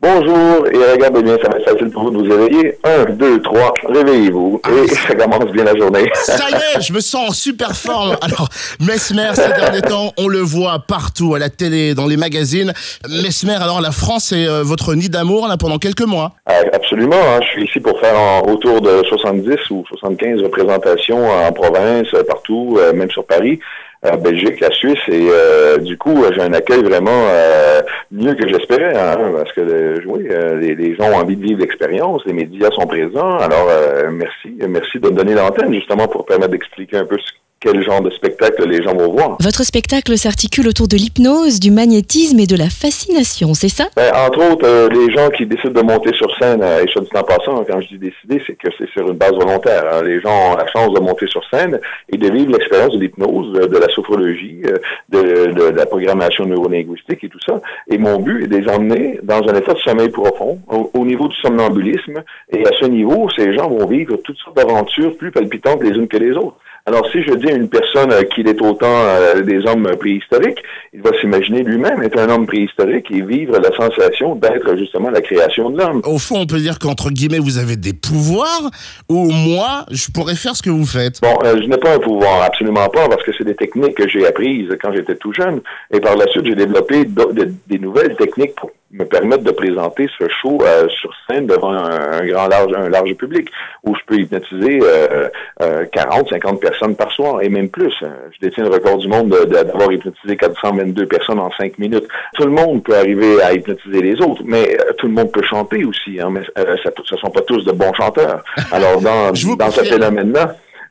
Bonjour, et regardez bien, ça va être facile pour vous de vous éveiller. 1, 2, 3, réveillez-vous. Et ça commence bien la journée. Ça y est, je me sens en super forme. Alors, Messmer, ces derniers temps, on le voit partout, à la télé, dans les magazines. Messmer, alors la France est votre nid d'amour là pendant quelques mois. Absolument, hein. Je suis ici pour faire autour de 70 ou 75 représentations en province, partout, même sur Paris. Belgique, la Suisse, et du coup, j'ai un accueil vraiment mieux que j'espérais, hein, parce que oui, les gens ont envie de vivre l'expérience, les médias sont présents, alors merci de me donner l'antenne, justement, pour permettre d'expliquer un peu quel genre de spectacle les gens vont voir. Votre spectacle s'articule autour de l'hypnose, du magnétisme et de la fascination, c'est ça? Entre autres, les gens qui décident de monter sur scène, et je dis en passant, quand je dis décider, c'est que c'est sur une base volontaire. Hein. Les gens ont la chance de monter sur scène et de vivre l'expérience de l'hypnose, de la sophrologie, de la programmation neurolinguistique et tout ça. Et mon but est de les emmener dans un état de sommeil profond, au niveau du somnambulisme. Et à ce niveau, ces gens vont vivre toutes sortes d'aventures plus palpitantes les unes que les autres. Alors, si je dis à une personne qu'il est autant des hommes préhistoriques, il va s'imaginer lui-même être un homme préhistorique et vivre la sensation d'être justement la création de l'homme. Au fond, on peut dire qu'entre guillemets, vous avez des pouvoirs, ou moi, je pourrais faire ce que vous faites. Bon, je n'ai pas un pouvoir, absolument pas, parce que c'est des techniques que j'ai apprises quand j'étais tout jeune. Et par la suite, j'ai développé des nouvelles techniques pour me permettre de présenter ce show sur scène devant un large public, où je peux hypnotiser 40, 50 personnes par soir, et même plus. Je détiens le record du monde d'avoir hypnotisé 422 personnes en 5 minutes. Tout le monde peut arriver à hypnotiser les autres, mais tout le monde peut chanter aussi, hein, mais ce sont pas tous de bons chanteurs. Alors, dans ce phénomène-là,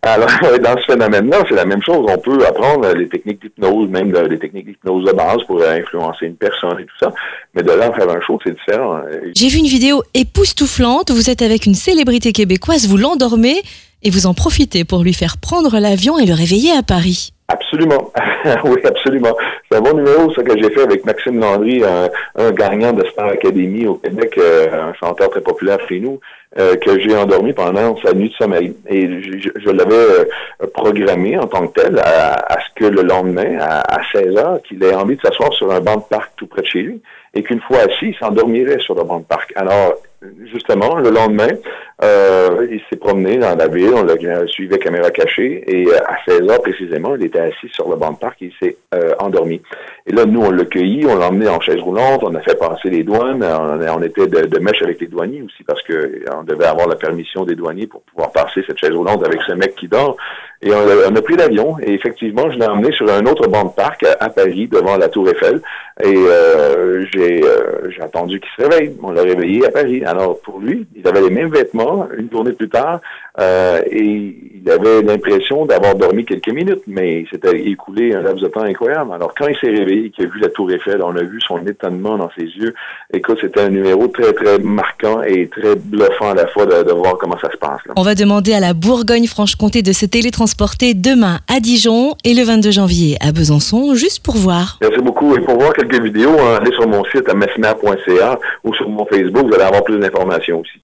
c'est la même chose. On peut apprendre les techniques d'hypnose, même les techniques d'hypnose de base pour influencer une personne et tout ça. Mais de là à faire un show, c'est différent. J'ai vu une vidéo époustouflante. Vous êtes avec une célébrité québécoise, vous l'endormez et vous en profitez pour lui faire prendre l'avion et le réveiller à Paris. Absolument. Oui, absolument. C'est un bon numéro, ça, que j'ai fait avec Maxime Landry, un gagnant de Star Academy au Québec, un chanteur très populaire chez nous, que j'ai endormi pendant sa nuit de sommeil. Et je l'avais programmé en tant que tel à ce que le lendemain, à 16 heures, qu'il ait envie de s'asseoir sur un banc de parc tout près de chez lui et qu'une fois assis, il s'endormirait sur le banc de parc. Alors, justement, le lendemain, il s'est promené dans la ville, on l'a suivi à caméra cachée, et à 16 heures précisément, il était assis sur le banc de parc et il s'est endormi. Et là, nous, on l'a cueilli, on l'a emmené en chaise roulante, on a fait passer les douanes, on était de mèche avec les douaniers aussi, parce que on devait avoir la permission des douaniers pour pouvoir passer cette chaise roulante avec ce mec qui dort. Et on a pris l'avion, et effectivement, je l'ai emmené sur un autre banc de parc à Paris, devant la Tour Eiffel, et j'ai attendu qu'il se réveille. On l'a réveillé à Paris. Alors, pour lui, il avait les mêmes vêtements une journée plus tard, et il avait l'impression d'avoir dormi quelques minutes, mais il s'était écoulé un laps de temps incroyable. Alors, quand il s'est réveillé, qu'il a vu la Tour Eiffel, on a vu son étonnement dans ses yeux. Écoute, c'était un numéro très, très marquant et très bluffant à la fois de voir comment ça se passe, là. On va demander à la Bourgogne-Franche-Comté de se télétransporter demain à Dijon et le 22 janvier à Besançon, juste pour voir. Merci beaucoup. Et pour voir quelques vidéos, allez sur mon site à messmer.ca ou sur mon Facebook, vous allez avoir plus d'informations aussi.